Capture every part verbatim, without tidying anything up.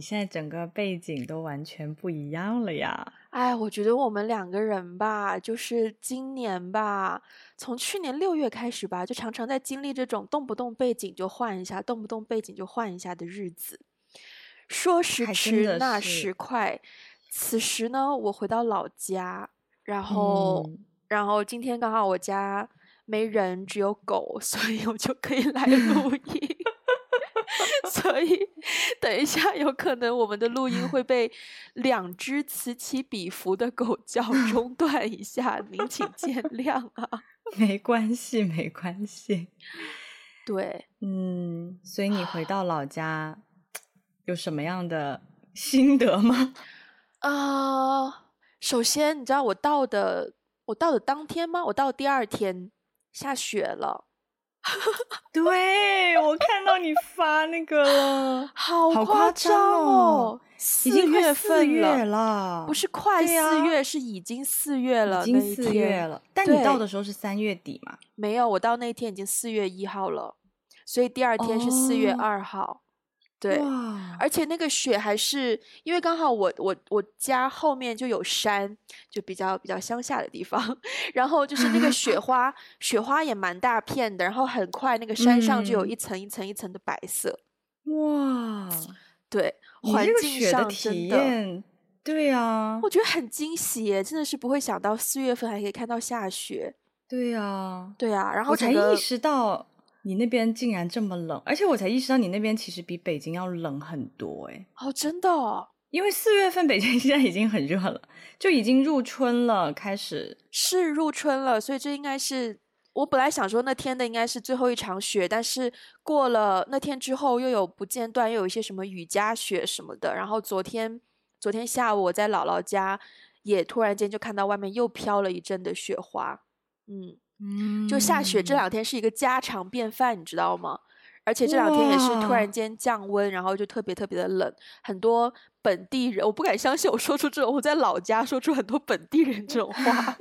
现在整个背景都完全不一样了呀。 哎，我觉得我们两个人吧，就是今年吧，从去年六月开始吧，就常常在经历这种动不动背景就换一下，动不动背景就换一下的日子。说时还真的迟，那是。 时快，此时呢，我回到老家，然后， 嗯， 然后今天刚好我家没人，只有狗，所以我就可以来录音。所以等一下有可能我们的录音会被两只此起彼伏的狗叫中断一下，您请见谅啊。 没关系没关系。 对， 嗯，所以你回到老家有什么样的心得吗？ 啊、呃首先你知道我到的我到的当天吗？我到第二天下雪了。 对，我看到你发那个了， 好好夸夸张张哦， 哦，已经快四月四月份了，不了。 是快对呀， 四月，是已经四月已了那一经四月天。 了，但你到的对， 时候是三月底嘛？ 没有，我到那一天已经四月一号了，所以第二天是四月哦， 二号。对， 哇， 而且那个雪还是因为刚好我我我家后面就有山，就比较比较乡下的地方，然后就是那个雪花，雪花也蛮大片的，然后很快那个山上就有一嗯， 层一层一层的白色。 哇， 对， 你这个环境雪的上真体的， 验，对呀， 我觉得很惊喜耶，真的是不会想到四月份还可以看到下雪。 对呀， 对啊，然我才意后整个识到你那边竟然这么冷，而且我才意识到你那边其实比北京要冷很多诶。 哦，真的哦， 因为四月份北京现在已经很热了，就已经入春了，开始。 是入春了，所以这应该是我本来想说那天的应该是最后一场雪，但是过了那天之后又有不间断，又有一些什么雨夹雪什么的。然后昨天昨天下午我在姥姥家，也突然间就看到外面又飘了一阵的雪花。嗯，就下雪这嗯， 两天是一个家常便饭，你知道吗？而且这两天也是突然哇， 间降温，然后就特别特别的冷，很多本地人，我不敢相信我说出这种，我在老家说出很多本地人这种话。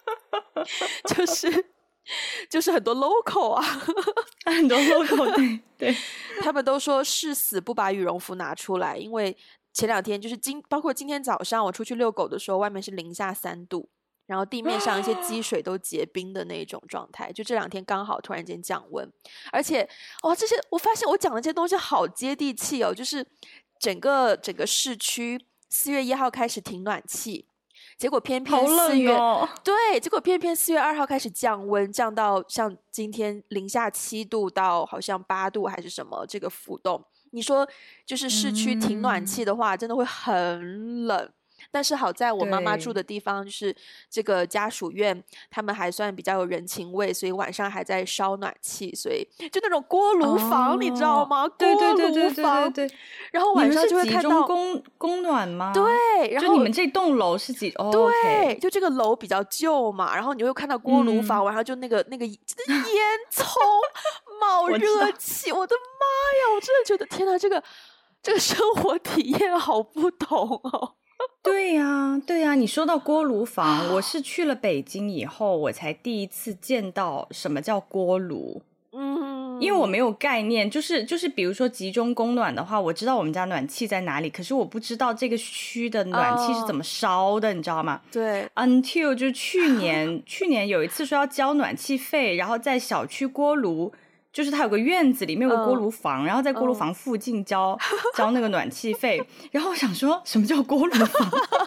就是就是很多 local 啊， 很多 logo， 对对， 他们都说誓死不把羽绒服拿出来，因为前两天就是今，包括今天早上我出去遛狗的时候，外面是零下三度，然后地面上一些积水都结冰的那种状态。就这两天刚好突然间降温，而且哇，这些我发现我讲的这些东西好接地气哦，就是整个整个市区四月一号开始停暖气。结果偏好偏四月， 冷哦。 对，结果偏偏四月二号开始降温，降到像今天零下七度到好像八度还是什么这个浮动。你说就是市区停暖嗯， 气的话，真的会很冷。但是好在我妈妈住对， 的地方就是这个家属院，他们还算比较有人情味，所以晚上还在烧暖气，所以就那种锅炉房，你知道哦， 吗？ 对对锅对对对对炉房， 对， 然后你晚上就会们是集看到， 中供供暖吗？ 对，然后就你们这栋楼是几、哦、 对， ？OK， 就这个楼比较旧嘛，然后你会看到锅炉房， 嗯， 然后就那个那个烟囱冒我知道。 热气，我的妈呀！我真的觉得天哪，这个这个生活体验好不同哦。 对呀，对呀，你说到锅炉房，我是去了北京以后，我才第一次见到什么叫锅炉。因为我嗯， 没有概念，就是就是，比如说集中供暖的话，我知道我们家暖气在哪里，可是我不知道这个区的暖气是怎哦， 么烧的，你知道吗对， ？Until 就是去年，去年有一次说要交暖气费，然后在小区锅炉，就是它有个院子里面有个锅嗯炉房，然后在锅炉嗯， 房附近交交那个暖气费，然后我想说什么叫锅炉房？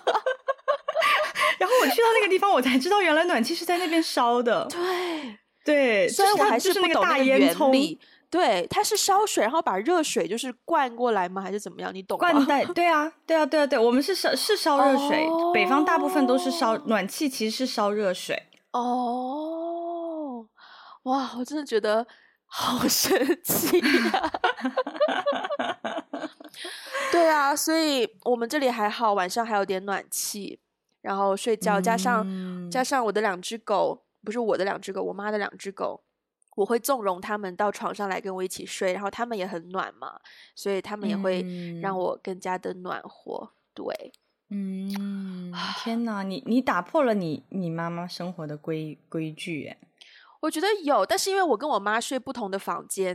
然后我去到那个地方，我才知道原来暖气是在那边烧的。 对。 对，就是它， 虽然我还就是那个大不懂那个烟囱。 原理，对，它是烧水，然后把热水就是灌过来吗？还是怎么样？你懂吗？ 灌带，对啊，对啊，对啊，对，我们是烧是烧热水，北方大部分都是烧哦暖气，其实是烧热水。 哦，哇，我真的觉得好神奇呀、对啊，所以我们这里还好，晚上还有点暖气，然后睡觉，加上加嗯， 上我的两只狗，不是我的两只狗，我妈的两只狗，我会纵容它们到床上来跟我一起睡，然后它们也很暖嘛，所以它们也会让嗯我更加的暖和。对， 嗯，天哪，你你打破了你你妈妈生活的规规矩，哎， 我觉得有，但是因为我跟我妈睡不同的房间，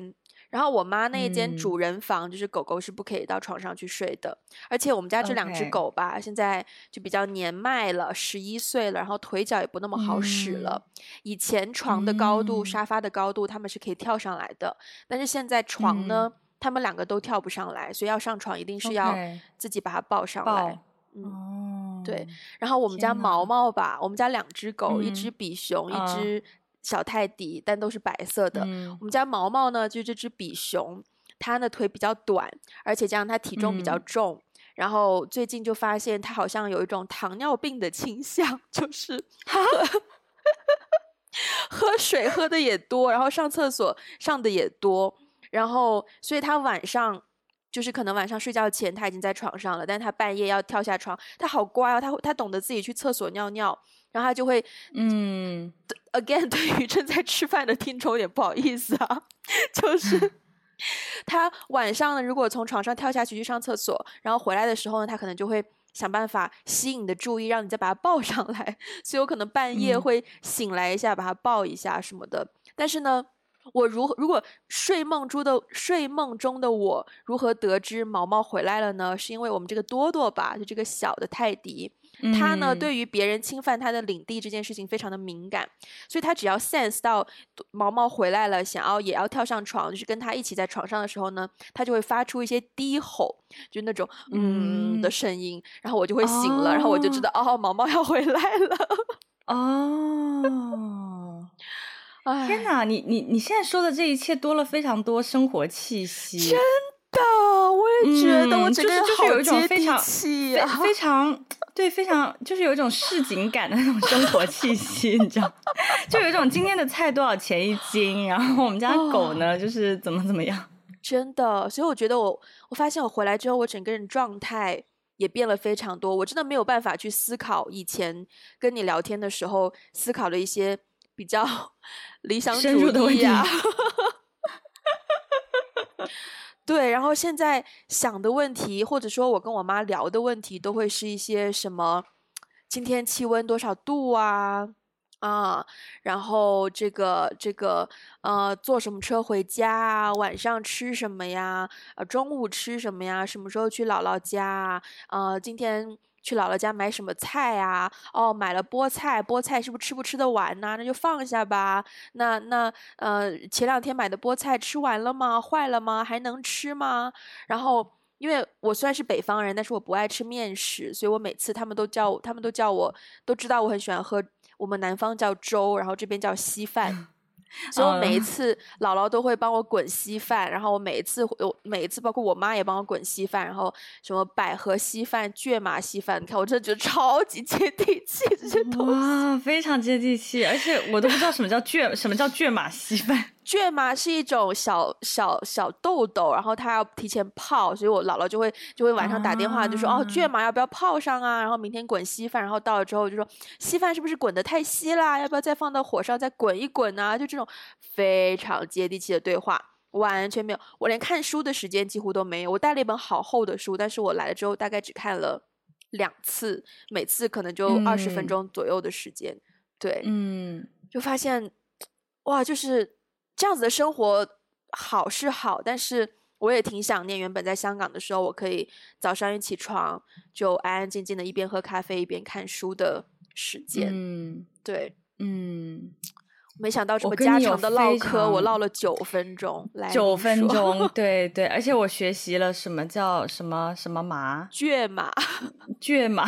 然后我妈那一间嗯主人房，就是狗狗是不可以到床上去睡的。而且我们家这两只 OK 狗吧，现在就比较年迈了，十一岁了，然后腿脚也不那么好使了。 嗯以前床的高度、 嗯沙发的高度，它们是可以跳上来的，但是现在床嗯呢，它们两个都跳不上来，所以要上床一定是要 ，OK 自己把它抱上来。 抱嗯，对。 哦， 然后我们家天哪， 毛毛吧，我们家两只狗，一只嗯比熊，一啊只小泰迪，但都是白色的。 嗯我们家毛毛呢，就这只比熊，它的腿比较短，而且加上它体重比较嗯重。然后最近就发现它好像有一种糖尿病的倾向，就是喝喝水喝的也多，然后上厕所上的也多，然后所以它晚上就是可能晚上睡觉前它已经在床上了，但是它半夜要跳下床，它好乖哦，它它懂得自己去厕所尿尿，然后它就会嗯 again 对于正在吃饭的听众有点不好意思啊，就是他晚上呢，如果从床上跳下去去上厕所，然后回来的时候呢，他可能就会想办法吸引你的注意，让你再把他抱上来，所以我可能半夜嗯会醒来一下，把他抱一下什么的。但是呢，我如何如果睡梦中的睡梦中的我如何得知毛毛回来了呢？是因为我们这个多多吧，就这个小的泰迪。他呢， 嗯对于别人侵犯他的领地这件事情非常的敏感，所以他只要 sense 到毛毛回来了，想要也要跳上床，就是跟他一起在床上的时候呢，他就会发出一些低吼，就那种嗯的嗯声音，然后我就会醒了， 哦然后我就知道哦，毛毛要回来了。 哦，天哎， 哪，你你你现在说的这一切多了非常多生活气息， 的，我也觉得我嗯， 整个人就是就是有好一种接地非常非气啊。 非常对，非常就是有一种市井感的那种生活气息，你知道，就有一种今天的菜多少钱一斤，然后我们家狗呢就是怎么怎么样， 真的，所以我觉得我我发现我回来之后，我整个人状态也变了非常多。我真的没有办法去思考以前跟你聊天的时候思考的一些比较理想深入的问题， 主义啊。对，然后现在想的问题，或者说我跟我妈聊的问题，都会是一些什么，今天气温多少度啊？啊，然后这个这个呃，坐什么车回家啊？晚上吃什么呀？呃，中午吃什么呀？什么时候去姥姥家啊？呃，今天去姥姥家买什么菜啊？哦，买了菠菜，菠菜是不是吃不吃得完呢？那就放下吧。那那呃，前两天买的菠菜吃完了吗？坏了吗？还能吃吗？然后。因为我虽然是北方人，但是我不爱吃面食，所以我每次他们都叫我，他们都叫我，都知道我很喜欢喝，我们南方叫粥，然后这边叫稀饭。所以我每一嗯， 次姥姥都会帮我滚稀饭，然后我每一次我每一次包括我妈也帮我滚稀饭，然后什么百合稀饭、芥麻稀饭，你看我真的觉得超级接地气这些东西。 哇，非常接地气，而且我都不知道什么叫芥什么叫芥马稀饭， 芥麻是一种小小小豆豆，然后它要提前泡，所以我姥姥就会就会晚上打电话就说、 啊， 哦芥麻要不要泡上啊？然后明天滚稀饭，然后到了之后就说稀饭是不是滚得太稀啦？要不要再放到火上再滚一滚啊？就这种非常接地气的对话。完全没有，我连看书的时间几乎都没有。我带了一本好厚的书，但是我来了之后大概只看了两次，每次可能就二十分嗯钟左右的时间。对， 嗯就发现哇，就是这样子的生活好是好，但是我也挺想念原本在香港的时候，我可以早上一起床就安安静静的一边喝咖啡一边看书的时间。 嗯对， 嗯。 没想到这么我跟你有家常的唠非嗑，我常唠了九分钟。来， 九您说分钟，对对，而且我学习了什么叫什么什么麻倔嘛， 倔麻，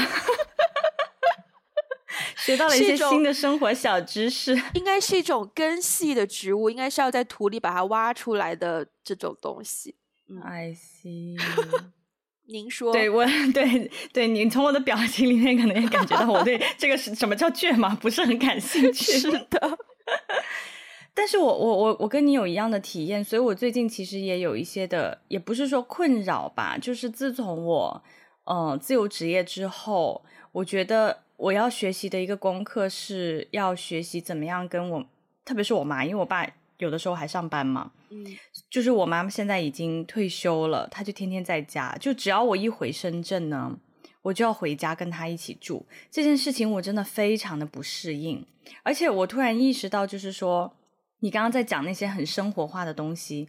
学到了一些是一种新的生活小知识。 应该是一种根系的植物，应该是要在土里把它挖出来的这种东西。嗯， I see， 您说， 对我对对，你从我的表情里面可能也感觉到我对这个是什么叫倔麻不是很感兴趣。 是的。 但是我我我我跟你有一样的体验，所以我最近其实也有一些的，也不是说困扰吧，就是自从我呃自由职业之后，我觉得我要学习的一个功课是要学习怎么样跟我，特别是我妈，因为我爸有的时候还上班嘛， 嗯， 就是我妈妈现在已经退休了，她就天天在家，就只要我一回深圳呢，我就要回家跟她一起住，这件事情我真的非常的不适应，而且我突然意识到，就是说你刚刚在讲那些很生活化的东西，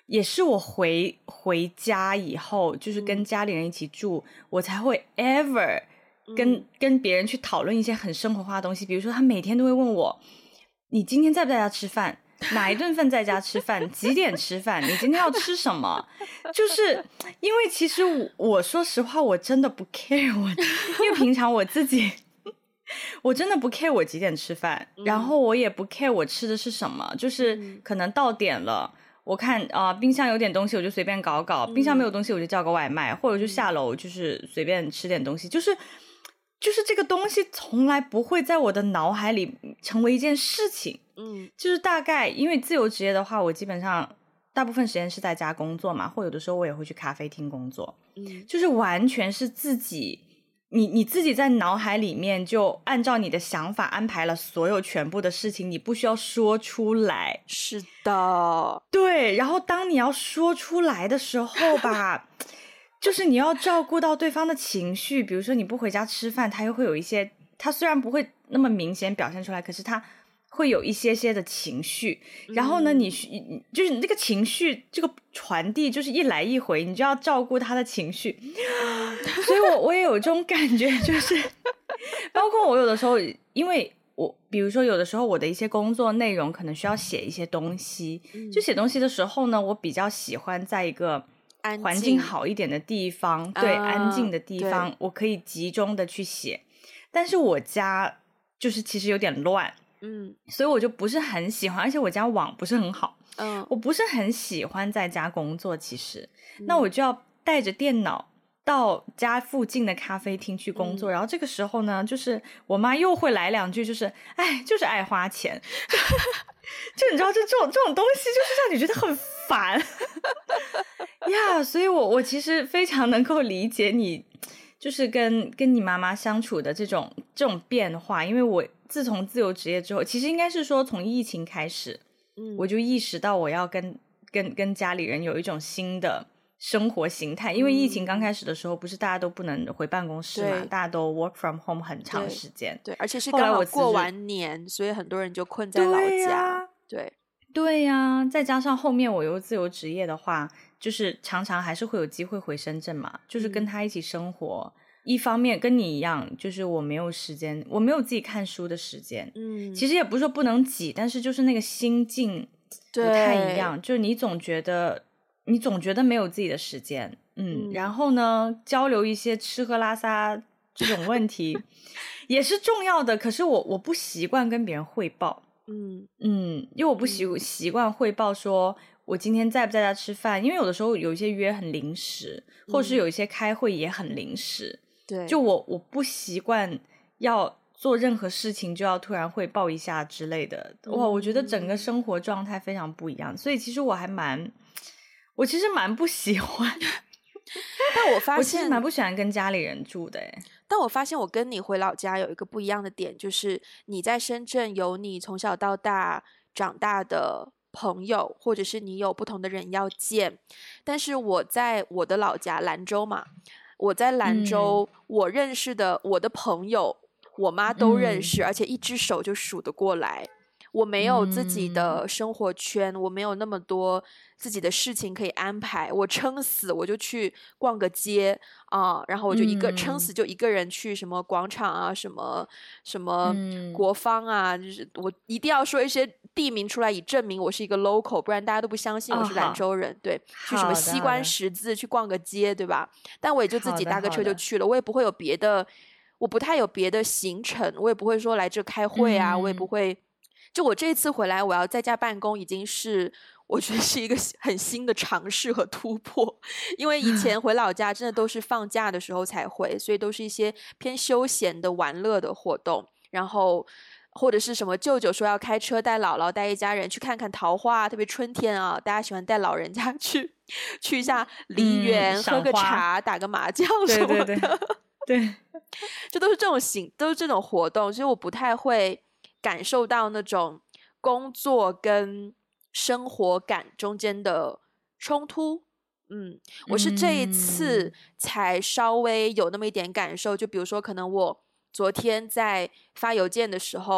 也是我回回家以后，就是跟家里人一起住，嗯、我才会 ever 跟、嗯、跟别人去讨论一些很生活化的东西。比如说，他每天都会问我，你今天在不在家吃饭？哪一顿饭在家吃饭？几点吃饭？你今天要吃什么？就是因为其实 我, 我说实话，我真的不 care 我，因为平常我自己。我真的不 care 我几点吃饭、嗯、然后我也不 care 我吃的是什么，就是可能到点了、嗯、我看啊、呃、冰箱有点东西我就随便搞搞、嗯、冰箱没有东西我就叫个外卖、嗯、或者就下楼就是随便吃点东西，就是就是这个东西从来不会在我的脑海里成为一件事情。嗯，就是大概因为自由职业的话，我基本上大部分时间是在家工作嘛，或有的时候我也会去咖啡厅工作。嗯，就是完全是自己你你自己在脑海里面就按照你的想法安排了所有全部的事情，你不需要说出来。 是的， 对。然后当你要说出来的时候吧就是你要照顾到对方的情绪，比如说你不回家吃饭，他又会有一些，他虽然不会那么明显表现出来，可是他会有一些些的情绪，然后呢你就是你这个情绪这个传递就是一来一回，你就要照顾他的情绪所以我我也有这种感觉，就是包括我有的时候，因为我比如说有的时候我的一些工作内容可能需要写一些东西、嗯、就写东西的时候呢，我比较喜欢在一个环境好一点的地方，对、啊、安静的地方我可以集中的去写，但是我家就是其实有点乱，嗯，所以我就不是很喜欢，而且我家网不是很好，嗯，我不是很喜欢在家工作其实、嗯、那我就要带着电脑到家附近的咖啡厅去工作、嗯、然后这个时候呢就是我妈又会来两句，就是哎就是爱花钱就, 就你知道这这种这种东西就是让你觉得很烦呀、yeah, 所以我我其实非常能够理解你就是跟跟你妈妈相处的这种这种变化，因为我自从自由职业之后，其实应该是说从疫情开始、嗯、我就意识到我要跟跟跟家里人有一种新的生活形态，因为疫情刚开始的时候不是大家都不能回办公室嘛，大家都 work from home 很长时间， 对, 对，而且是刚好过完年，所以很多人就困在老家，对对呀、啊，再加上后面我又自由职业的话，就是常常还是会有机会回深圳嘛，就是跟他一起生活、嗯、一方面跟你一样，就是我没有时间，我没有自己看书的时间，嗯，其实也不是说不能挤，但是就是那个心境不太一样，就你总觉得你总觉得没有自己的时间， 嗯, 嗯然后呢交流一些吃喝拉撒这种问题也是重要的，可是我我不习惯跟别人汇报，嗯嗯，因为我不习习惯汇报说我今天在不在家吃饭，因为有的时候有一些约很临时，或是有一些开会也很临时，对、嗯，就我我不习惯要做任何事情就要突然汇报一下之类的，哇，我觉得整个生活状态非常不一样，所以其实我还蛮我其实蛮不喜欢但我发现我其实蛮不喜欢跟家里人住的耶， 但我发现我跟你回老家有一个不一样的点，就是你在深圳有你从小到大长大的朋友，或者是你有不同的人要见，但是我在我的老家兰州嘛，我在兰州、嗯、我认识的我的朋友我妈都认识、嗯、而且一只手就数得过来，我没有自己的生活圈、嗯、我没有那么多自己的事情可以安排，我撑死我就去逛个街啊、呃，然后我就一个、嗯、撑死就一个人去什么广场啊，什么什么国芳啊、嗯、就是我一定要说一些地名出来以证明我是一个 local， 不然大家都不相信我是兰州人、哦、对，去什么西关十字去逛个街，对吧？但我也就自己搭个车就去了，我也不会有别的，我不太有别的行程，我也不会说来这开会啊、嗯、我也不会，就我这一次回来我要在家办公已经是我觉得是一个很新的尝试和突破，因为以前回老家真的都是放假的时候才回，所以都是一些偏休闲的玩乐的活动，然后或者是什么舅舅说要开车带姥姥带一家人去看看桃花，特别春天啊，大家喜欢带老人家去去一下梨园、嗯、喝个茶打个麻将什么的， 对对对对就都是这种行都是这种活动，所以我不太会感受到那种工作跟生活感中间的冲突。嗯，我是这一次才稍微有那么一点感受，就比如说可能我昨天在发邮件的时候，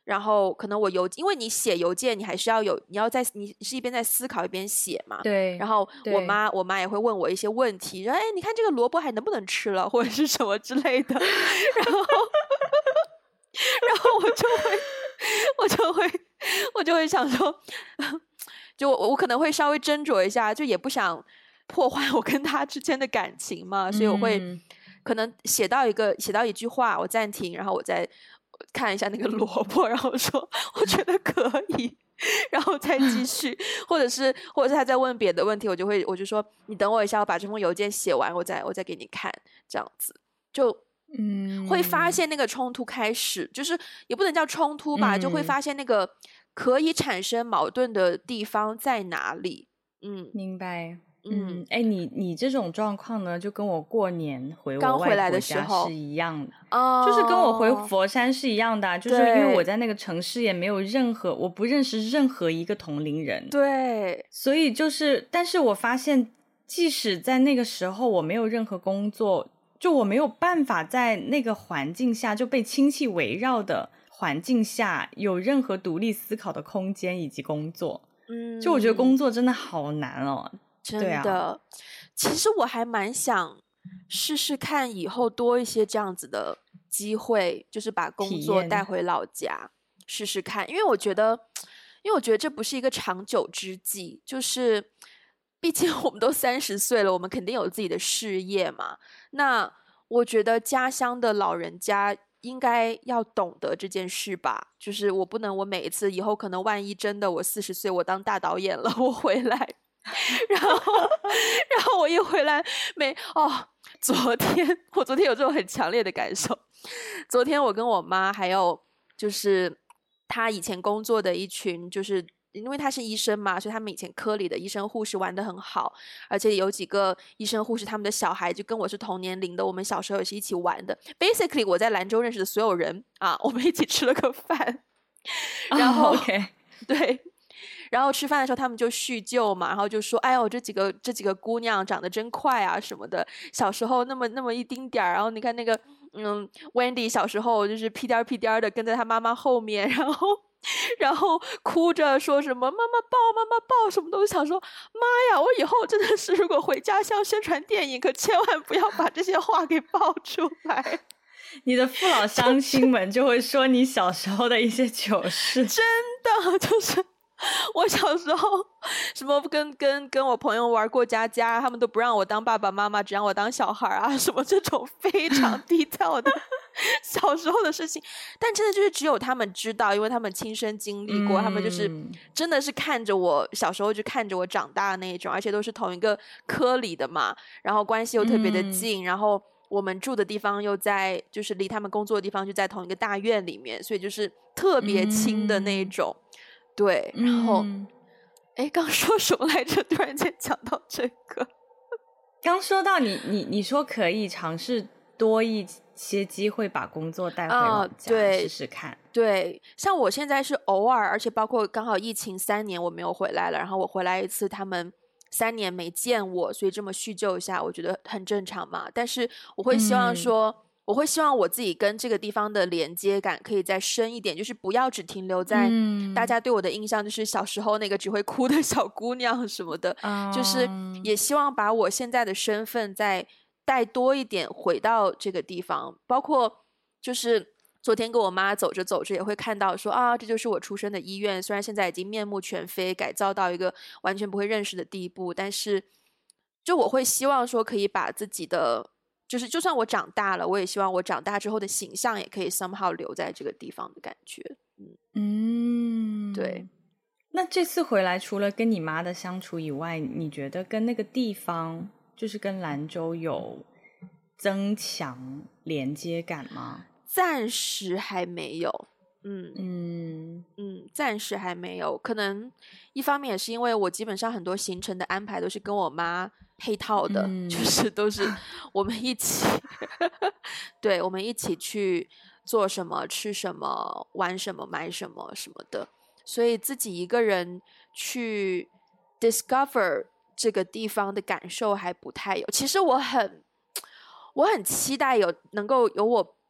然后可能我邮，因为你写邮件，你还是要有，你要在你是一边在思考一边写嘛。 对。 然后对我妈我妈也会问我一些问题，说哎，你看这个萝卜还能不能吃了，或者是什么之类的。然后然后我就会我就会我就会想说，就我我可能会稍微斟酌一下，就也不想破坏我跟他之间的感情嘛，所以我会嗯可能写到一个写到一句话，我暂停，然后我再看一下那个萝卜，然后说我觉得可以，然后再继续，或者是或者是他在问别的问题，我就会我就说你等我一下，我把这封邮件写完，我再我再给你看，这样子就嗯， 会发现那个冲突开始，就是也不能叫冲突吧， 嗯、 就会发现那个可以产生矛盾的地方在哪里。嗯， 明白。嗯，哎，你你这种状况呢，就跟我过年回我刚回来外婆家的时候是一样的， 哦， 就是跟我回佛山是一样的、啊，就是因为我在那个城市也没有任何，我不认识任何一个同龄人， 对， 所以就是，但是我发现，即使在那个时候我没有任何工作，就我没有办法在那个环境下就被亲戚围绕的环境下有任何独立思考的空间以及工作。 嗯， 就我觉得工作真的好难哦。 真的、啊、其实我还蛮想试试看以后多一些这样子的机会，就是把工作带回老家试试看，因为我觉得因为我觉得这不是一个长久之计，就是毕竟我们都三十岁了，我们肯定有自己的事业嘛，那我觉得家乡的老人家应该要懂得这件事吧，就是我不能我每一次以后可能万一真的我四十岁我当大导演了，我回来然后然后我一回来没哦，昨天我昨天有这种很强烈的感受，昨天我跟我妈还有就是她以前工作的一群，就是因为她是医生嘛，所以他们以前科里的医生护士玩得很好，而且有几个医生护士他们的小孩就跟我是同年龄的，我们小时候也是一起玩的， basically 我在兰州认识的所有人啊，我们一起吃了个饭然后、 oh, OK 对，然后吃饭的时候他们就叙旧嘛，然后就说哎呦这几个这几个姑娘长得真快啊什么的，小时候那么那么一丁点儿，然后你看那个嗯 Wendy 小时候就是屁颠儿屁颠儿的跟在她妈妈后面，然后然后哭着说什么妈妈抱妈妈抱什么都想说妈呀，我以后真的是如果回家乡宣传电影可千万不要把这些话给爆出来你的父老乡亲们就会说你小时候的一些糗事真的就是我小时候什么跟跟跟我朋友玩过家家，他们都不让我当爸爸妈妈，只让我当小孩啊，什么这种非常低调的小时候的事情，但真的就是只有他们知道，因为他们亲身经历过、嗯、他们就是真的是看着我小时候就看着我长大的那一种，而且都是同一个科里的嘛，然后关系又特别的近、嗯、然后我们住的地方又在就是离他们工作的地方就在同一个大院里面，所以就是特别亲的那种、嗯、对，然后哎、嗯，刚说什么来着？突然间讲到这个刚说到你你你说可以尝试多一些机会把工作带回老家、呃、试试看。 对，像我现在是偶尔，而且包括刚好疫情三年我没有回来了，然后我回来一次他们三年没见我，所以这么叙旧一下我觉得很正常嘛，但是我会希望说、嗯我会希望我自己跟这个地方的连接感可以再深一点，就是不要只停留在大家对我的印象就是小时候那个只会哭的小姑娘什么的、嗯、就是也希望把我现在的身份再带多一点回到这个地方，包括就是昨天跟我妈走着走着也会看到说啊，这就是我出生的医院，虽然现在已经面目全非，改造到一个完全不会认识的地步，但是就我会希望说可以把自己的就是就算我长大了，我也希望我长大之后的形象也可以 somehow 留在这个地方的感觉。嗯嗯， 对。 那这次回来除了跟你妈的相处以外，你觉得跟那个地方就是跟兰州有增强连接感吗？ 暂时还没有。嗯嗯嗯，暂时还没有，可能一方面也是因为我基本上很多行程的安排都是跟我妈配套的、嗯、就是都是我们一起对，我们一起去做什么吃什么玩什么买什么什么的，所以自己一个人去 discover 这个地方的感受还不太有。其实我很我很期待有能够有我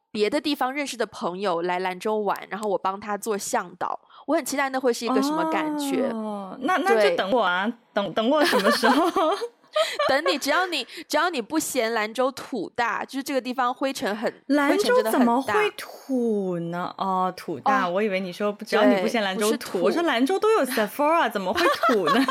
别的地方认识的朋友来兰州玩，然后我帮他做向导，我很期待那会是一个什么感觉。 哦，那那就等我啊，等等我什么时候？ 等你，只要你只要你不嫌兰州土大，就是这个地方灰尘很， 兰州怎么会土呢？哦，土大， 哦、 我以为你说只要你不嫌兰州土，我说兰州都有 Sephora， 怎么会土呢？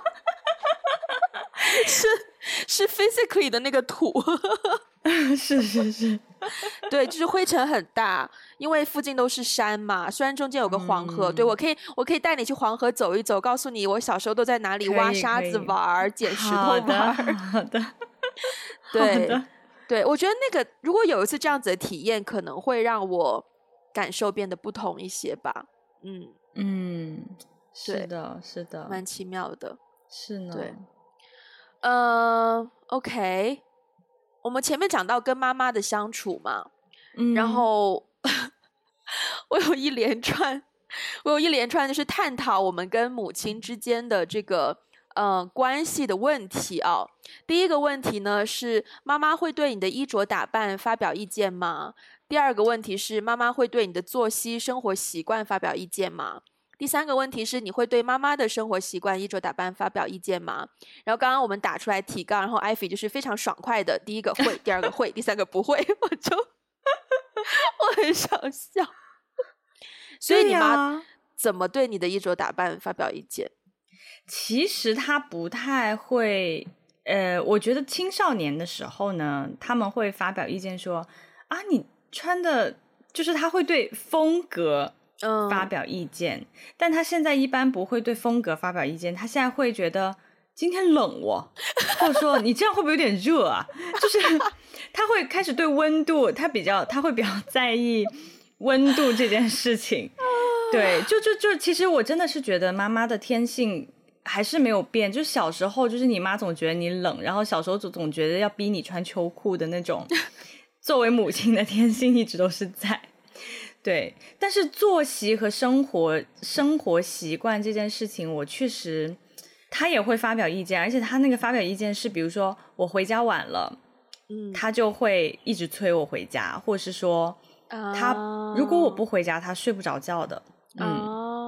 是是 physically 的那个土。 是是是， 对，就是灰尘很大，因为附近都是山嘛，虽然中间有个黄河，嗯、对，我可以我可以带你去黄河走一走，告诉你我小时候都在哪里挖沙子玩，捡石头玩。 好的， 对的对，我觉得那个如果有一次这样子的体验，可能会让我感受变得不同一些吧。嗯嗯，是的，是的， 蛮奇妙的。 是呢， 对，呃 ，OK。我们前面讲到跟妈妈的相处嘛，嗯、然后我有一连串，我有一连串就是探讨我们跟母亲之间的这个呃关系的问题啊。第一个问题呢是妈妈会对你的衣着打扮发表意见吗？第二个问题是妈妈会对你的作息生活习惯发表意见吗？第三个问题是你会对妈妈的生活习惯衣着打扮发表意见吗？然后刚刚我们打出来提纲，然后艾菲就是非常爽快的，第一个会，第二个会，第三个不会，我就我很想笑。所以你妈怎么对你的衣着打扮发表意见？ 其实她不太会，呃，我觉得青少年的时候呢，他们会发表意见说啊，你穿的就是他会对风格发表意见、嗯、但他现在一般不会对风格发表意见，他现在会觉得今天冷哦，或者说你这样会不会有点热啊，就是他会开始对温度他比较他会比较在意温度这件事情。对，就就就其实我真的是觉得妈妈的天性还是没有变，就小时候就是你妈总觉得你冷，然后小时候总总觉得要逼你穿秋裤的那种作为母亲的天性一直都是在。对，但是作息和生活生活习惯这件事情，我确实他也会发表意见，而且他那个发表意见是，比如说我回家晚了，嗯，他就会一直催我回家，或者是说他、uh... 如果我不回家，他睡不着觉的，嗯，哦、uh... ，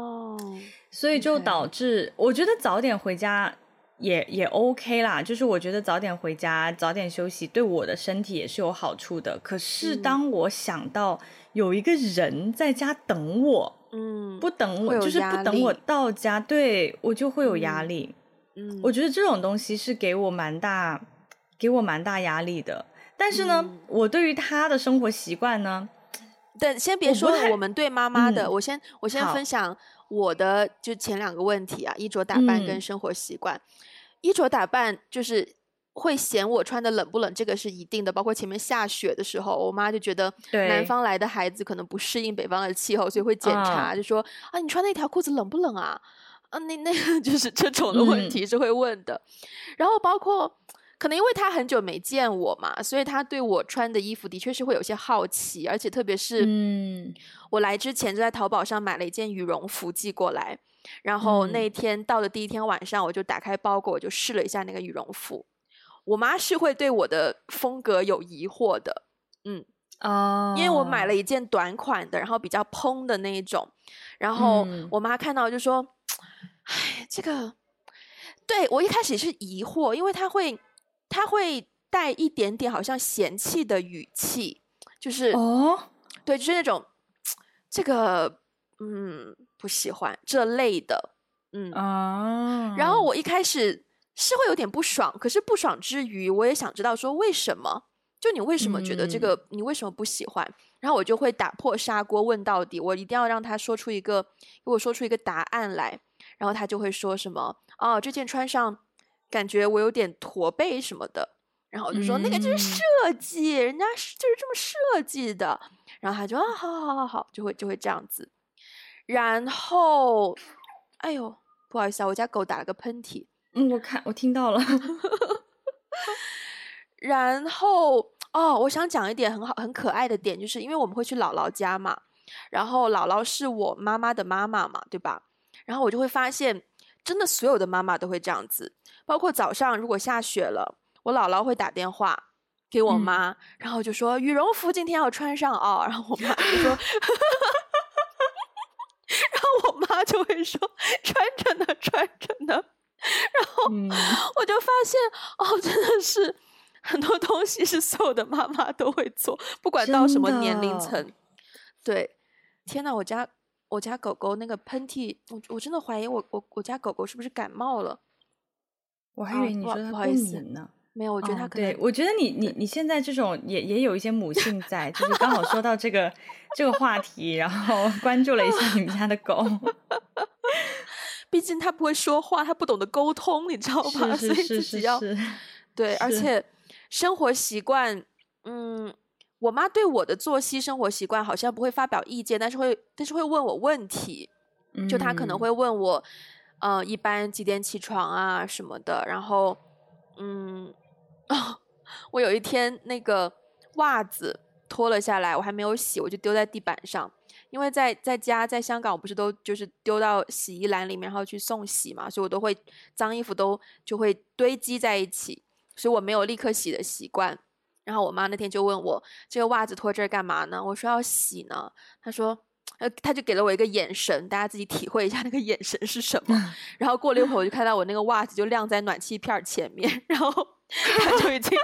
所以就导致、okay. 我觉得早点回家也也 OK 啦，就是我觉得早点回家早点休息对我的身体也是有好处的。可是当我想到有一个人在家等我，嗯，不等我就是不等我到家，对，我就会有压力。嗯，我觉得这种东西是给我蛮大给我蛮大压力的。但是呢、嗯、我对于他的生活习惯呢， 但先别说我们对妈妈的、嗯、我先我先分享我的就前两个问题啊，衣着打扮跟生活习惯、嗯、衣着打扮就是会嫌我穿的冷不冷，这个是一定的，包括前面下雪的时候，我妈就觉得南方来的孩子可能不适应北方的气候，所以会检查、嗯、就说啊你穿那条裤子冷不冷啊啊那那个就是这种的问题是会问的、嗯、然后包括可能因为他很久没见我嘛，所以他对我穿的衣服的确是会有些好奇，而且特别是嗯，我来之前就在淘宝上买了一件羽绒服寄过来，然后那天到的第一天晚上我就打开包裹，我就试了一下那个羽绒服，我妈是会对我的风格有疑惑的，嗯哦，因为我买了一件短款的，然后比较蓬的那一种，然后我妈看到就说哎，这个对我一开始是疑惑，因为她会他会带一点点好像嫌弃的语气，就是哦，对，就是那种这个嗯不喜欢这类的，嗯哦，然后我一开始是会有点不爽，可是不爽之余我也想知道说为什么，就你为什么觉得这个、嗯、你为什么不喜欢，然后我就会打破砂锅问到底，我一定要让他说出一个给我说出一个答案来，然后他就会说什么哦这件穿上感觉我有点驼背什么的，然后我就说、嗯、那个就是设计，人家就是这么设计的，然后他就啊好好好好好，就会就会这样子，然后哎呦不好意思啊，我家狗打了个喷嚏， 嗯，我看我听到了然后哦我想讲一点很好很可爱的点，就是因为我们会去姥姥家嘛，然后姥姥是我妈妈的妈妈嘛，对吧，然后我就会发现真的所有的妈妈都会这样子，包括早上如果下雪了，我姥姥会打电话给我妈，嗯、然后就说羽绒服今天要穿上哦，然后我妈就说，然后我妈就会说穿着呢，穿着呢，然后我就发现、嗯、哦，真的是很多东西是所有的妈妈都会做，不管到什么年龄层。对，天哪，我家我家狗狗那个喷嚏，我我真的怀疑我我我家狗狗是不是感冒了。 我还以为你说它过敏呢。 没有，我觉得它可能、 哦、对，我觉得你你你现在这种也也有一些母性在，就是刚好说到这个这个话题，然后关注了一下你们家的狗。 毕竟它不会说话，它不懂得沟通，你知道吧？ 是是是是是， 所以自己要对，而且生活习惯，嗯，我妈对我的作息生活习惯好像不会发表意见，但是会但是会问我问题，就她可能会问我，嗯、呃，一般几点起床啊什么的，然后，嗯。哦，我有一天那个袜子脱了下来，我还没有洗，我就丢在地板上。因为在在家在香港，我不是都就是丢到洗衣篮里面，然后去送洗嘛，所以我都会脏衣服都就会堆积在一起，所以我没有立刻洗的习惯。然后我妈那天就问我这个袜子脱这儿干嘛呢？我说要洗呢。她说，呃，她就给了我一个眼神，大家自己体会一下那个眼神是什么。然后过了一会儿，我就看到我那个袜子就晾在暖气片前面，然后。他就已经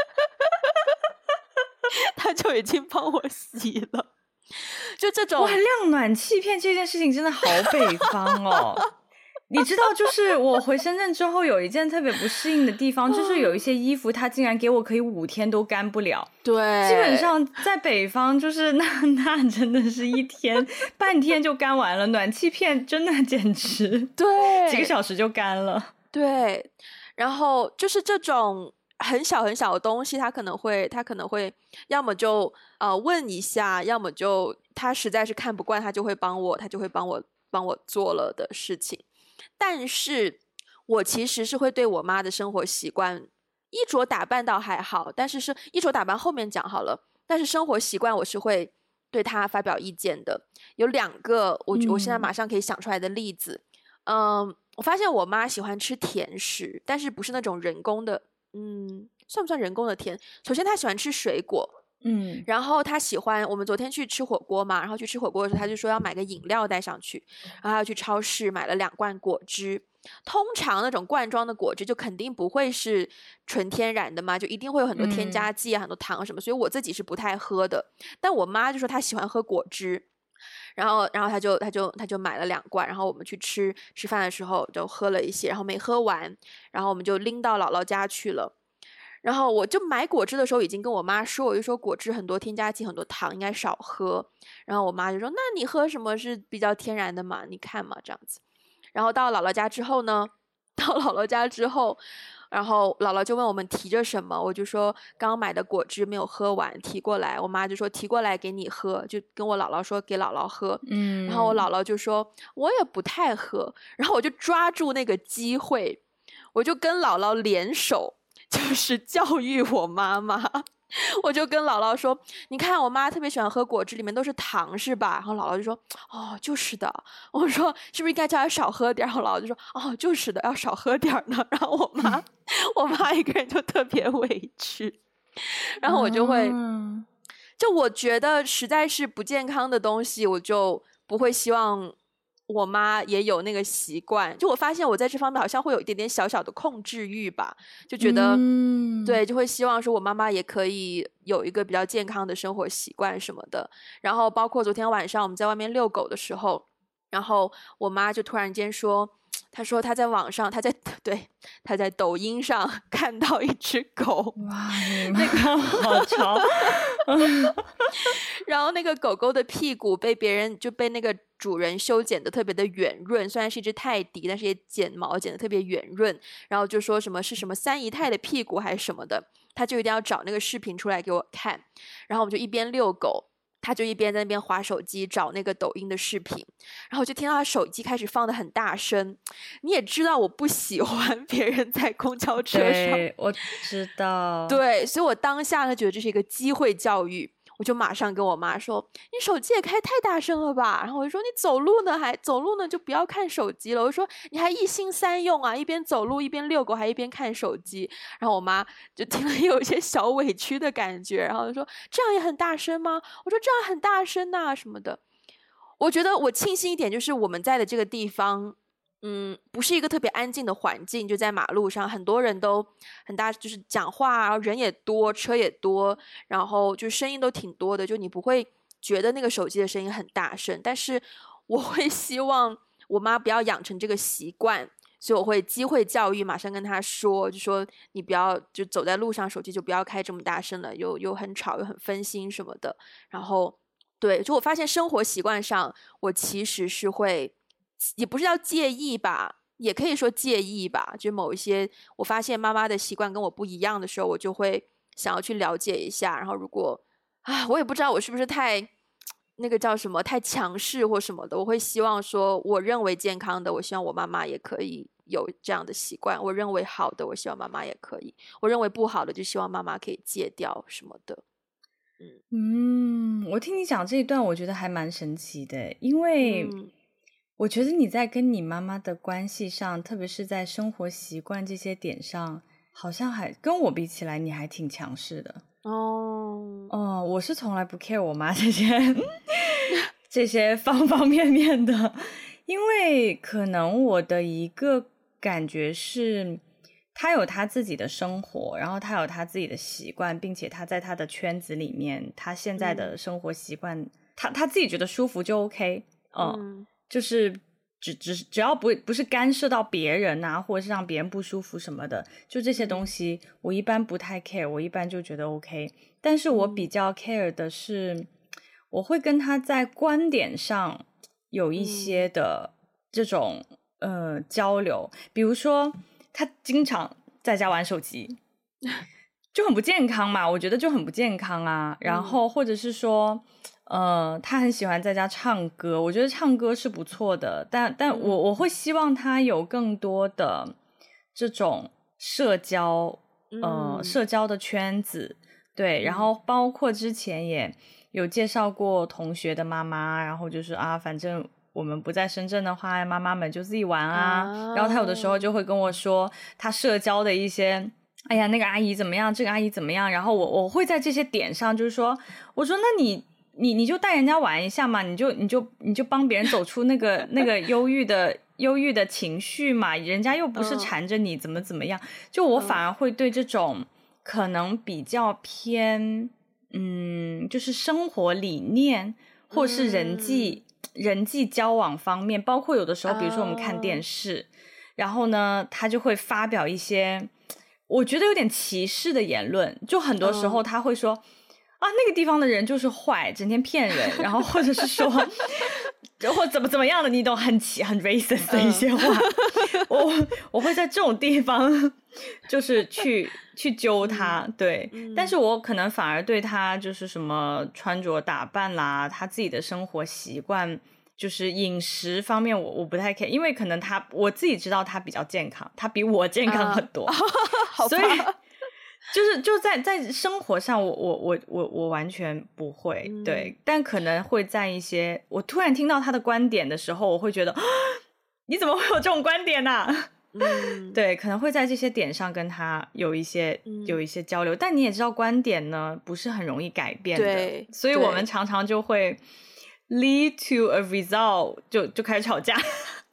他就已经帮我洗了，就这种哇，晾暖气片这件事情真的好北方哦。你知道，就是我回深圳之后有一件特别不适应的地方，就是有一些衣服它竟然给我可以五天都干不了。 对， 基本上在北方就是那那真的是一天半天就干完了，暖气片真的简直对几个小时就干了。 对。然后就是这种很小很小的东西，他可能会他可能会要么就呃问一下，要么就他实在是看不惯，他就会帮我他就会帮我帮我做了的事情。但是我其实是会对我妈的生活习惯，衣着打扮倒还好，但是是衣着打扮后面讲好了，但是生活习惯我是会对她发表意见的。有两个我我现在马上可以想出来的例子。嗯、呃我发现我妈喜欢吃甜食，但是不是那种人工的，嗯，算不算人工的甜？首先她喜欢吃水果， 嗯， 然后她喜欢，我们昨天去吃火锅嘛，然后去吃火锅的时候，她就说要买个饮料带上去，然后要去超市买了两罐果汁。通常那种罐装的果汁就肯定不会是纯天然的嘛，就一定会有很多添加剂啊、嗯、很多糖什么，所以我自己是不太喝的。但我妈就说她喜欢喝果汁。然后，然后他就他就他就买了两罐，然后我们去吃吃饭的时候就喝了一些，然后没喝完，然后我们就拎到姥姥家去了。然后我就买果汁的时候已经跟我妈说，我就说果汁很多添加剂，很多糖，应该少喝。然后我妈就说：“那你喝什么是比较天然的嘛？你看嘛，这样子。”然后到姥姥家之后呢，到姥姥家之后。然后姥姥就问我们提着什么，我就说刚买的果汁没有喝完，提过来。我妈就说提过来给你喝，就跟我姥姥说给姥姥喝。 嗯， 然后我姥姥就说我也不太喝。然后我就抓住那个机会，我就跟姥姥联手，就是教育我妈妈。我就跟姥姥说，你看我妈特别喜欢喝果汁，里面都是糖是吧？然后姥姥就说，哦，就是的。我说是不是应该叫她少喝点？然后姥姥就说，哦，就是的，要少喝点呢。然后我妈我妈一个人就特别委屈，然后我就会、嗯、就我觉得实在是不健康的东西，我就不会希望我妈也有那个习惯。就我发现我在这方面好像会有一点点小小的控制欲吧，就觉得、嗯、对，就会希望说我妈妈也可以有一个比较健康的生活习惯什么的。然后包括昨天晚上我们在外面遛狗的时候，然后我妈就突然间说，她说她在网上，她在对她在抖音上看到一只狗， 哇，那个好潮。 然后那个狗狗的屁股被别人就被那个主人修剪的特别的圆润，虽然是一只泰迪，但是也剪毛剪的特别圆润。然后就说什么是什么三姨太的屁股还是什么的，他就一定要找那个视频出来给我看。然后我们就一边遛狗，他就一边在那边滑手机找那个抖音的视频，然后我就听到他手机开始放得很大声。你也知道我不喜欢别人在公交车上， 对，我知道， 对，所以我当下呢觉得这是一个机会教育，我我就马上跟我妈说，你手机也开太大声了吧，然后我就说你走路呢还走路呢就不要看手机了，我说你还一心三用啊，一边走路一边遛狗还一边看手机，然后我妈就听了有一些小委屈的感觉，然后就说这样也很大声吗？我说这样很大声呐、啊、什么的。我觉得我庆幸一点就是我们在的这个地方嗯，不是一个特别安静的环境，就在马路上，很多人都很大，就是讲话，然后人也多，车也多，然后就声音都挺多的，就你不会觉得那个手机的声音很大声，但是我会希望我妈不要养成这个习惯，所以我会机会教育，马上跟她说，就说你不要就走在路上，手机就不要开这么大声了，又又很吵，又很分心什么的。然后，对，就我发现生活习惯上，我其实是会。也不是要介意吧，也可以说介意吧，就某一些我发现妈妈的习惯跟我不一样的时候，我就会想要去了解一下，然后如果啊，我也不知道我是不是太那个叫什么太强势或什么的，我会希望说我认为健康的，我希望我妈妈也可以有这样的习惯，我认为好的，我希望妈妈也可以，我认为不好的就希望妈妈可以戒掉什么的。 嗯，我听你讲这一段我觉得还蛮神奇的，因为、嗯我觉得你在跟你妈妈的关系上，特别是在生活习惯这些点上，好像还跟我比起来，你还挺强势的。 哦， 哦，我是从来不 care 我妈这些这些方方面面的，因为可能我的一个感觉是，她有她自己的生活，然后她有她自己的习惯，并且她在她的圈子里面，她现在的生活习惯，嗯、她她自己觉得舒服就 OK。嗯。嗯就是只只只要不不是干涉到别人啊，或者是让别人不舒服什么的，就这些东西我一般不太 care， 我一般就觉得 OK。但是我比较 care 的是，我会跟他在观点上有一些的这种、嗯、呃交流，比如说他经常在家玩手机，就很不健康嘛，我觉得就很不健康啊。然后或者是说。呃，他很喜欢在家唱歌，我觉得唱歌是不错的，但但我我会希望他有更多的这种社交，呃， 嗯、 社交的圈子，对，然后包括之前也有介绍过同学的妈妈，然后就是啊，反正我们不在深圳的话，妈妈们就自己玩啊，啊然后他有的时候就会跟我说他社交的一些。哎呀，那个阿姨怎么样？这个阿姨怎么样？然后我我会在这些点上，就是说，我说那你。你你就带人家玩一下嘛，你就你就你就帮别人走出那个那个忧郁的忧郁的情绪嘛，人家又不是缠着你怎么怎么样，就我反而会对这种可能比较偏嗯，就是生活理念或是人际、嗯、人际交往方面，包括有的时候比如说我们看电视、哦、然后呢他就会发表一些我觉得有点歧视的言论，就很多时候他会说、哦啊，那个地方的人就是坏，整天骗人，然后或者是说，或怎么怎么样的，你懂，很奇很 racist 的一些话，嗯、我我会在这种地方就是去去揪他，嗯、对、嗯，但是我可能反而对他就是什么穿着打扮啦，他自己的生活习惯，就是饮食方面我，我我不太 care， 因为可能他我自己知道他比较健康，他比我健康很多， 嗯、 所以。就是就在在生活上我我我我我完全不会、嗯、对，但可能会在一些我突然听到他的观点的时候，我会觉得你怎么会有这种观点啊、嗯、对，可能会在这些点上跟他有一些、嗯、有一些交流，但你也知道观点呢不是很容易改变的， 对， 所以我们常常就会 lead to a result 就就开始吵架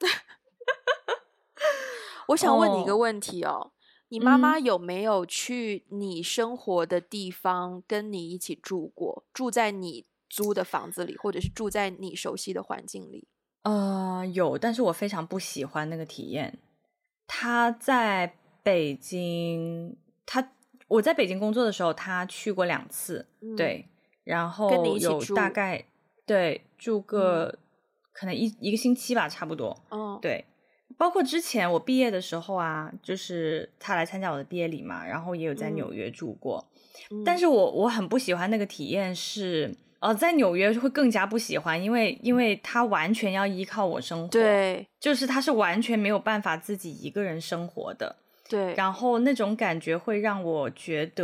我想问你一个问题哦，你妈妈有没有去你生活的地方跟你一起住过、嗯、住在你租的房子里，或者是住在你熟悉的环境里？ 呃，有，但是我非常不喜欢那个体验。她在北京，她我在北京工作的时候，她去过两次、嗯、对，然后跟你一起住， 有大概对住个、嗯、可能一一个星期吧，差不多、哦、对。包括之前我毕业的时候啊，就是他来参加我的毕业礼嘛，然后也有在纽约住过、嗯、但是我我很不喜欢那个体验是呃，在纽约会更加不喜欢，因为因为他完全要依靠我生活， 对， 就是他是完全没有办法自己一个人生活的， 对， 然后那种感觉会让我觉得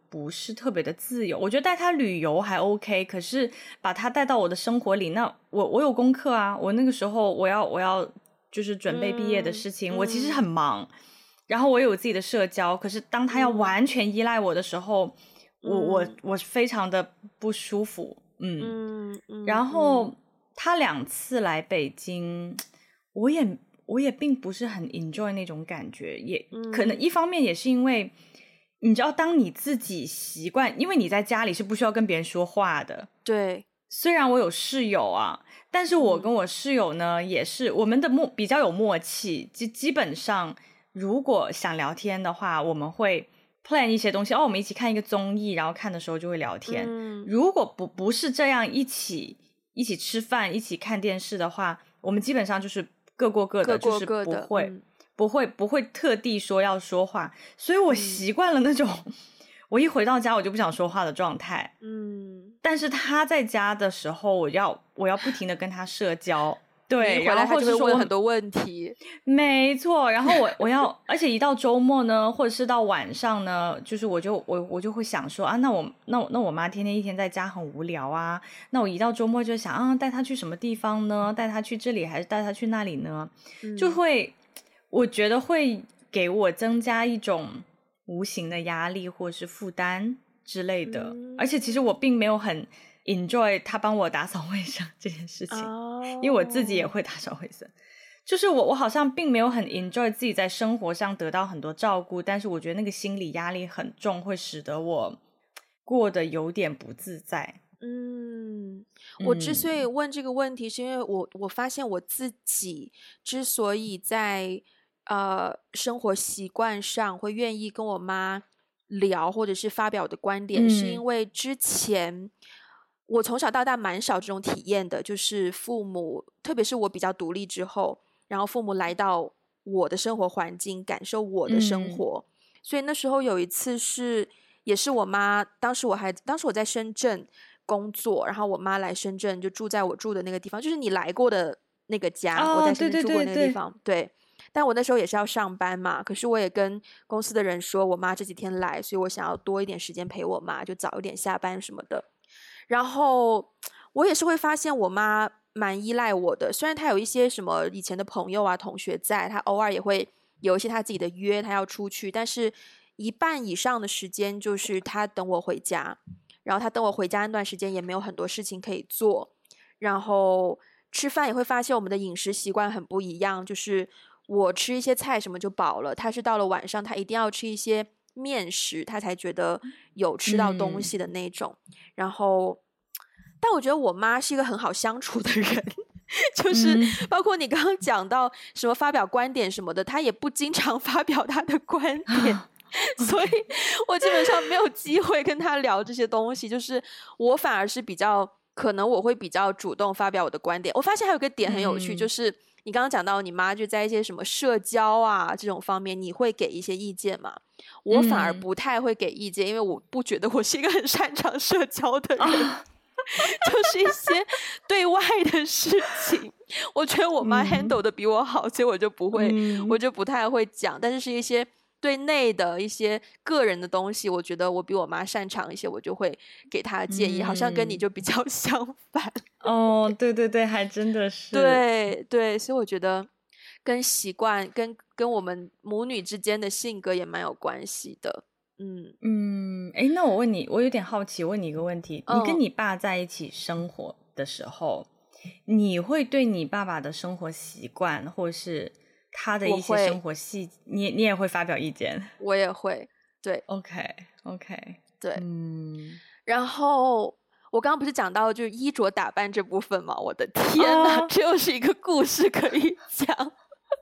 不是特别的自由。我觉得带他旅游还 OK， 可是把他带到我的生活里，那我我有功课啊，我那个时候我要我要就是准备毕业的事情， 嗯、 我其实很忙，然后我有自己的社交，可是当他要完全依赖我的时候，嗯、我我我非常的不舒服。嗯， 嗯嗯然后他两次来北京，我也我也并不是很 enjoy 那种感觉，也、嗯、可能一方面也是因为你知道，当你自己习惯，因为你在家里是不需要跟别人说话的。 对， 虽然我有室友啊，但是我跟我室友呢、嗯、也是我们的默比较有默契，基基本上如果想聊天的话，我们会plan 一些东西，哦，我们一起看一个综艺，然后看的时候就会聊天。嗯、如果不不是这样一起一起吃饭、一起看电视的话，我们基本上就是各过各的， 各过各的就是不会、 嗯、 不会不会特地说要说话，所以我习惯了那种、嗯、我一回到家我就不想说话的状态。嗯，但是他在家的时候，我要我要不停的跟他社交。对， 然后他就会问很多问题。 没错，然后我我要，而且一到周末呢，或者是到晚上呢，就是我就我我就会想说啊，那我那我那我妈天天一天在家很无聊啊，那我一到周末就想啊，带她去什么地方呢？带她去这里还是带她去那里呢？嗯、就会我觉得会给我增加一种无形的压力或者是负担之类的，嗯、而且其实我并没有很enjoy 他帮我打扫卫生这件事情、oh. 因为我自己也会打扫卫生，就是我我好像并没有很 enjoy 自己在生活上得到很多照顾，但是我觉得那个心理压力很重，会使得我过得有点不自在。 嗯，我之所以问这个问题是因为我我发现我自己之所以在呃生活习惯上会愿意跟我妈聊或者是发表我的观点、嗯、是因为之前我从小到大蛮少这种体验的，就是父母特别是我比较独立之后，然后父母来到我的生活环境感受我的生活、嗯、所以那时候有一次是也是我妈，当时我还当时我在深圳工作，然后我妈来深圳就住在我住的那个地方，就是你来过的那个家、哦、我在深圳住过那个地方。 对, 对, 对, 对，但我那时候也是要上班嘛，可是我也跟公司的人说我妈这几天来，所以我想要多一点时间陪我妈，就早一点下班什么的。然后我也是会发现我妈蛮依赖我的，虽然她有一些什么以前的朋友啊同学在，她偶尔也会有一些她自己的约，她要出去，但是一半以上的时间就是她等我回家，然后她等我回家那段时间也没有很多事情可以做，然后吃饭也会发现我们的饮食习惯很不一样，就是我吃一些菜什么就饱了，她是到了晚上她一定要吃一些面食，她才觉得有吃到东西的那种、嗯、然后但我觉得我妈是一个很好相处的人就是包括你刚刚讲到什么发表观点什么的，她也不经常发表她的观点所以我基本上没有机会跟她聊这些东西，就是我反而是比较可能我会比较主动发表我的观点。我发现还有个点很有趣、嗯、就是你刚刚讲到你妈就在一些什么社交啊这种方面你会给一些意见嘛，我反而不太会给意见、嗯、因为我不觉得我是一个很擅长社交的人、啊、就是一些对外的事情我觉得我妈 handle 的比我好、嗯、所以我就不会、嗯、我就不太会讲，但是是一些对内的一些个人的东西我觉得我比我妈擅长一些，我就会给她建议、嗯、好像跟你就比较相反哦，对对对，还真的是对对，所以我觉得跟习惯跟跟我们母女之间的性格也蛮有关系的。嗯嗯，哎，那我问你，我有点好奇，问你一个问题、哦、你跟你爸在一起生活的时候，你会对你爸爸的生活习惯或是他的一些生活细节，你你也会发表意见？ 我也会，对 OK OK 对， 嗯， 然后我刚刚不是讲到就是衣着打扮这部分吗？我的天哪、哦、这又是一个故事可以讲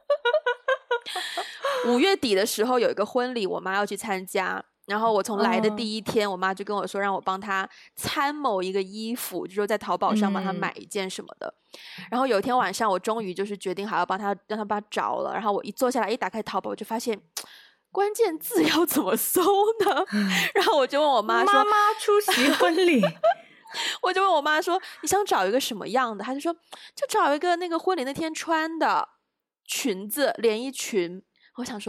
五月底的时候有一个婚礼我妈要去参加，然后我从来的第一天、哦、我妈就跟我说让我帮她参谋一个衣服，就是说在淘宝上帮她买一件什么的、嗯、然后有一天晚上我终于就是决定好要帮她让她帮她找了，然后我一坐下来一打开淘宝我就发现关键字要怎么搜呢、嗯、然后我就问我妈说妈妈出席婚礼我就问我妈说你想找一个什么样的，她就说就找一个那个婚礼那天穿的裙子连衣裙。我想说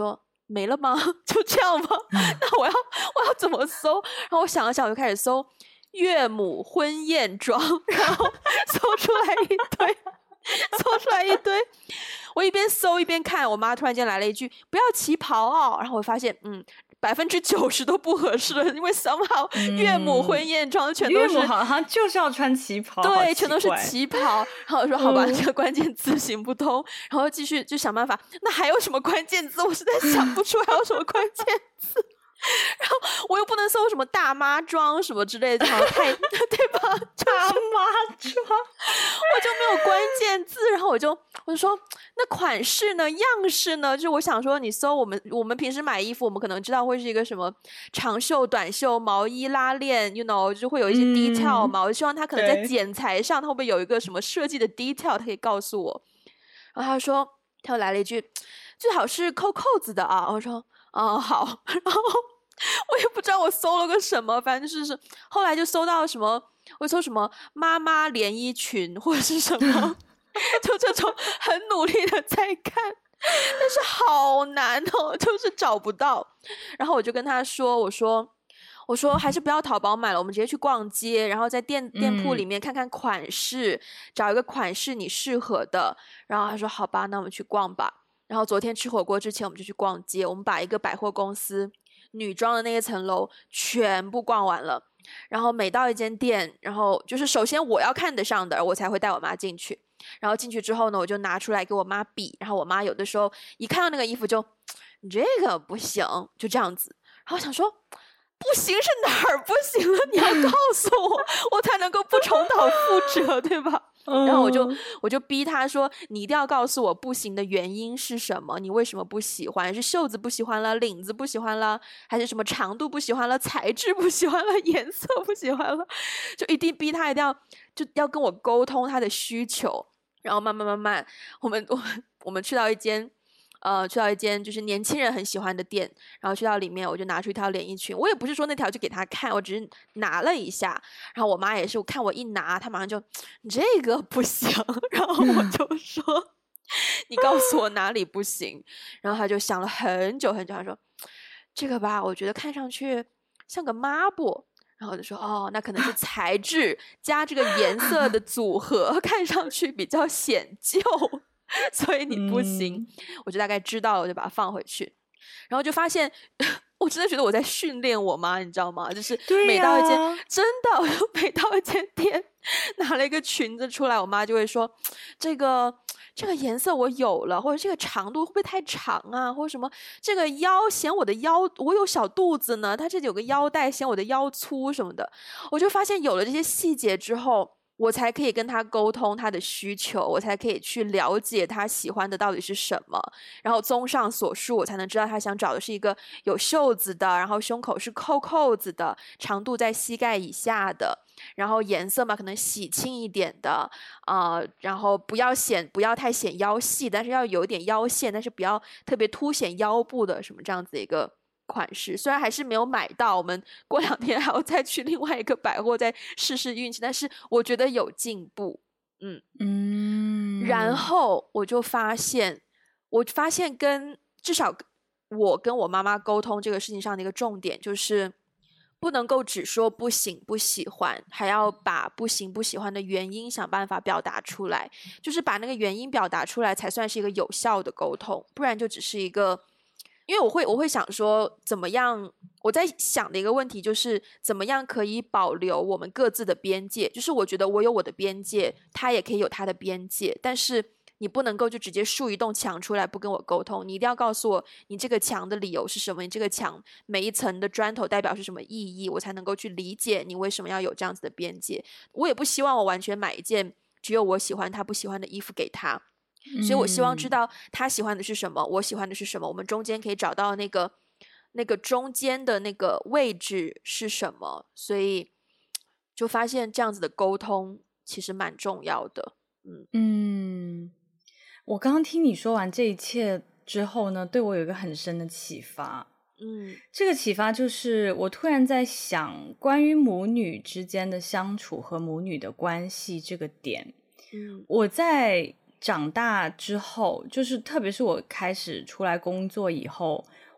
没了吗？就这样吗？那我要我要怎么搜？然后我想了想，我就开始搜岳母婚宴妆，然后搜出来一堆，搜出来一堆。我一边搜一边看，我妈突然间来了一句：“不要旗袍哦。”然后我发现，嗯。百分之九十都不合适了，因为 somehow、嗯、岳母婚宴装全都是岳母好像就是要穿旗袍， 对，全都是旗袍。然后我说好吧，嗯、这个关键字行不通，然后继续就想办法。那还有什么关键字？我实在想不出还有什么关键字。然后我又不能搜什么大妈装什么之类的，好像太对吧？ 大妈装， 我就没有关键字，然后我就我就说那款式呢，样式呢？就是我想说，你搜我们我们平时买衣服，我们可能知道会是一个什么长袖、短袖、毛衣、拉链 ，you know， 就会有一些 detail 嘛。嗯、我希望他可能在剪裁上，他会不会有一个什么设计的 detail， 他可以告诉我。然后他说，他又来了一句，最好是扣扣子的啊。我说。哦，好，然后我也不知道我搜了个什么，反正就是后来就搜到什么，我搜什么妈妈连衣裙或者是什么，就这种很努力的在看，但是好难哦，就是找不到。然后我就跟他说，我说我说还是不要淘宝买了，我们直接去逛街，然后在店店铺里面看看款式，嗯、找一个款式你适合的。然后他说好吧，那我们去逛吧。然后昨天吃火锅之前我们就去逛街，我们把一个百货公司女装的那一层楼全部逛完了。然后每到一间店，然后就是首先我要看得上的我才会带我妈进去，然后进去之后呢，我就拿出来给我妈比，然后我妈有的时候一看到那个衣服就你这个不行，就这样子。然后我想说不行是哪儿不行了？你要告诉我，我才能够不重蹈覆辙，对吧？然后我就我就逼他说，你一定要告诉我不行的原因是什么？你为什么不喜欢？是袖子不喜欢了，领子不喜欢了，还是什么长度不喜欢了，材质不喜欢了，颜色不喜欢了？就一定逼他一定要就要跟我沟通他的需求。然后慢慢慢慢，我们我们我们去到一间。呃，去到一间就是年轻人很喜欢的店，然后去到里面，我就拿出一条连衣裙，我也不是说那条就给他看，我只是拿了一下，然后我妈也是，我看我一拿，她马上就你这个不行，然后我就说你告诉我哪里不行，然后他就想了很久很久，他说这个吧，我觉得看上去像个抹布。然后我就说哦，那可能是材质加这个颜色的组合，看上去比较显旧。所以你不行、嗯、我就大概知道了，我就把它放回去，然后就发现我真的觉得我在训练我妈，你知道吗？就是每到一间、啊、真的我就每到一间店拿了一个裙子出来，我妈就会说这个这个颜色我有了，或者这个长度会不会太长啊，或者什么这个腰显我的腰，我有小肚子呢，它这里有个腰带显我的腰粗什么的。我就发现有了这些细节之后，我才可以跟他沟通他的需求，我才可以去了解他喜欢的到底是什么，然后综上所述，我才能知道他想找的是一个有袖子的，然后胸口是扣扣子的，长度在膝盖以下的，然后颜色嘛可能喜庆一点的啊、呃，然后不要显不要太显腰细，但是要有点腰线，但是不要特别凸显腰部的什么这样子的一个款式。虽然还是没有买到，我们过两天还要再去另外一个百货再试试运气，但是我觉得有进步。嗯嗯，然后我就发现我发现跟至少我跟我妈妈沟通这个事情上的一个重点就是不能够只说不行不喜欢，还要把不行不喜欢的原因想办法表达出来，就是把那个原因表达出来才算是一个有效的沟通，不然就只是一个，因为我会我会想说怎么样，我在想的一个问题就是怎么样可以保留我们各自的边界，就是我觉得我有我的边界，他也可以有他的边界，但是你不能够就直接竖一栋墙出来不跟我沟通，你一定要告诉我你这个墙的理由是什么，你这个墙每一层的砖头代表是什么意义，我才能够去理解你为什么要有这样子的边界。我也不希望我完全买一件只有我喜欢他不喜欢的衣服给他，所以我希望知道他喜欢的是什么、嗯、我喜欢的是什么，我们中间可以找到那个那个中间的那个位置是什么，所以就发现这样子的沟通其实蛮重要的。嗯嗯，我刚刚听你说完这一切之后呢，对我有一个很深的启发。嗯，这个启发就是我突然在想关于母女之间的相处和母女的关系这个点。嗯，我在长大之后，就是特别是我开始出来工作以后，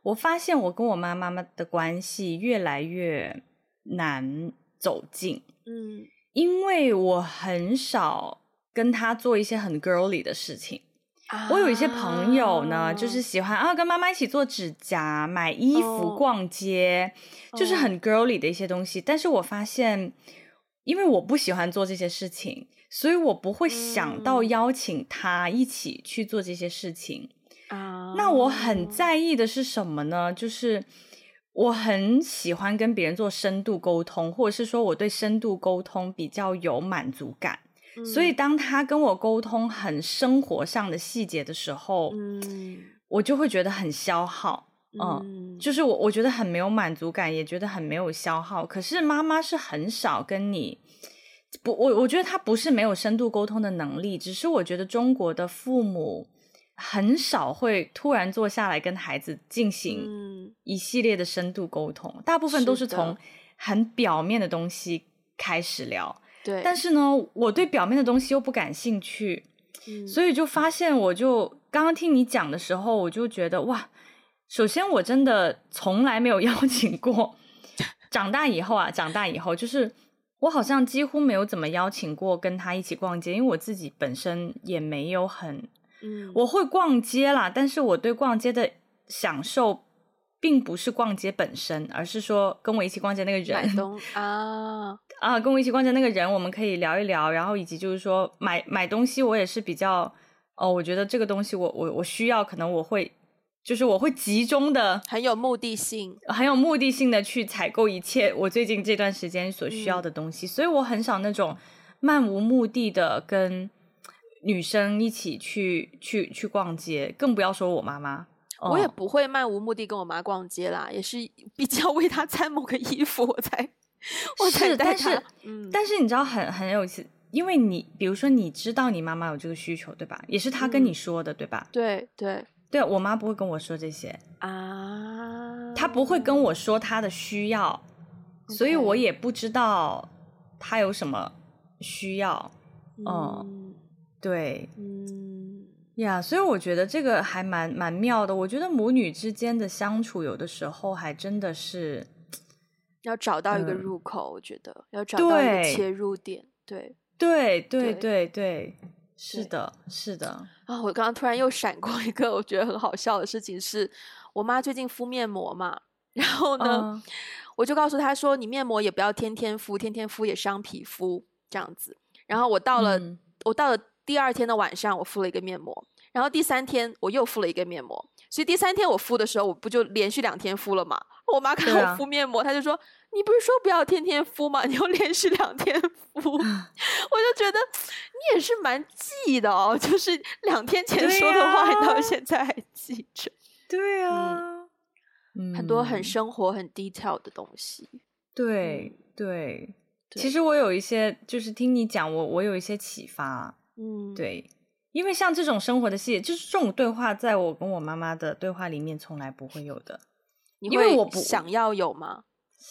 我发现我跟我妈妈的关系越来越难走近， 嗯， 因为我很少跟她做一些很 girly 的事情。 啊、 我有一些朋友呢，就是喜欢啊跟妈妈一起做指甲、买衣服、 哦、 逛街，就是很 girly 的一些东西。哦、但是我发现，因为我不喜欢做这些事情，所以我不会想到邀请他一起去做这些事情。 啊、 那我很在意的是什么呢？就是我很喜欢跟别人做深度沟通，或者是说我对深度沟通比较有满足感。嗯、所以当他跟我沟通很生活上的细节的时候，嗯，我就会觉得很消耗，嗯，嗯就是我我觉得很没有满足感，也觉得很没有消耗。可是妈妈是很少跟你不，我我觉得她不是没有深度沟通的能力，只是我觉得中国的父母很少会突然坐下来跟孩子进行一系列的深度沟通，嗯、大部分都是从很表面的东西开始聊。 对， 但是呢，我对表面的东西又不感兴趣，嗯、所以就发现，我就刚刚听你讲的时候，我就觉得哇，首先我真的从来没有邀请过，长大以后啊，长大以后就是我好像几乎没有怎么邀请过跟他一起逛街，因为我自己本身也没有很，嗯，我会逛街啦，但是我对逛街的享受并不是逛街本身，而是说跟我一起逛街那个人买东啊啊，跟我一起逛街那个人，我们可以聊一聊，然后以及就是说买买东西，我也是比较哦，我觉得这个东西我我我需要，可能我会就是我会集中的很有目的性， 很有目的性的去采购一切我最近这段时间所需要的东西，嗯、所以我很少那种漫无目的的跟女生一起去去去逛街，更不要说我妈妈。 我也不会漫无目的跟我妈逛街啦，也是比较为她参谋个衣服我才我才带她。 但是、嗯、但是你知道很很有意思，因为你比如说你知道你妈妈有这个需求对吧，也是她跟你说的、嗯、对吧？ 对对对，我妈不会跟我说这些啊， 她不会跟我说她的需要、okay. 所以我也不知道她有什么需要。嗯，嗯对， 嗯呀、yeah, 所以我觉得这个还蛮蛮妙的。我觉得母女之间的相处有的时候还真的是要找到一个入口、嗯、我觉得要找到一个切入点。对对对对对，是的是的啊！我刚刚突然又闪过一个我觉得很好笑的事情，是我妈最近敷面膜嘛，然后呢、嗯、我就告诉她说你面膜也不要天天敷，天天敷也伤皮肤这样子。然后我到了、嗯、我到了第二天的晚上我敷了一个面膜，然后第三天我又敷了一个面膜，所以第三天我敷的时候我不就连续两天敷了嘛。我妈看我敷面膜、啊、她就说你不是说不要天天敷吗，你又连续两天敷我就觉得你也是蛮记的哦，就是两天前说的话你到现在还记着。 对啊、 嗯、很多很生活很 detail 的东西。 对、嗯、对，其实我有一些就是听你讲我我有一些启发。嗯，对，因为像这种生活的细节，就是这种对话在我跟我妈妈的对话里面从来不会有的。 你会想要有吗？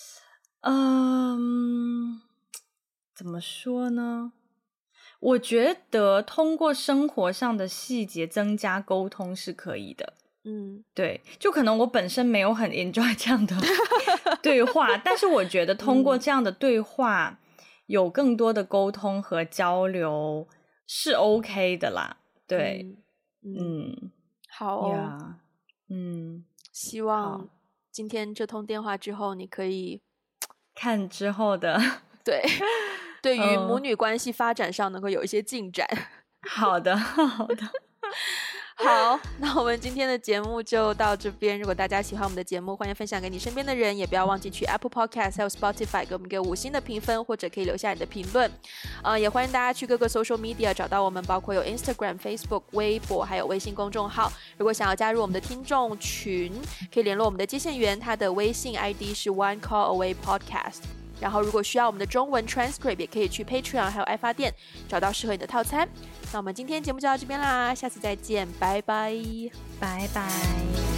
嗯，怎么说呢，我觉得通过生活上的细节增加沟通是可以的。嗯，对，就可能我本身没有很 enjoy 这样的对话但是我觉得通过这样的对话、嗯、有更多的沟通和交流是 OK 的啦。对， 嗯, 嗯好哦、 yeah, 嗯， 希望今天这通电话之后你可以看之后的对对于母女关系发展上能够有一些进展。 好的好的好，那我们今天的节目就到这边。如果大家喜欢我们的节目，欢迎分享给你身边的人，也不要忘记去 Apple Podcast 还有 Spotify 给我们一个五星的评分，或者可以留下你的评论。呃，也欢迎大家去各个 social media 找到我们，包括有 Instagram、Facebook、微博，还有微信公众号。如果想要加入我们的听众群，可以联络我们的接线员，他的微信 I D 是 One Call Away Podcast。然后如果需要我们的中文 transcript 也可以去 Patreon 还有爱发电找到适合你的套餐。那我们今天节目就到这边啦，下次再见，拜拜， 拜拜。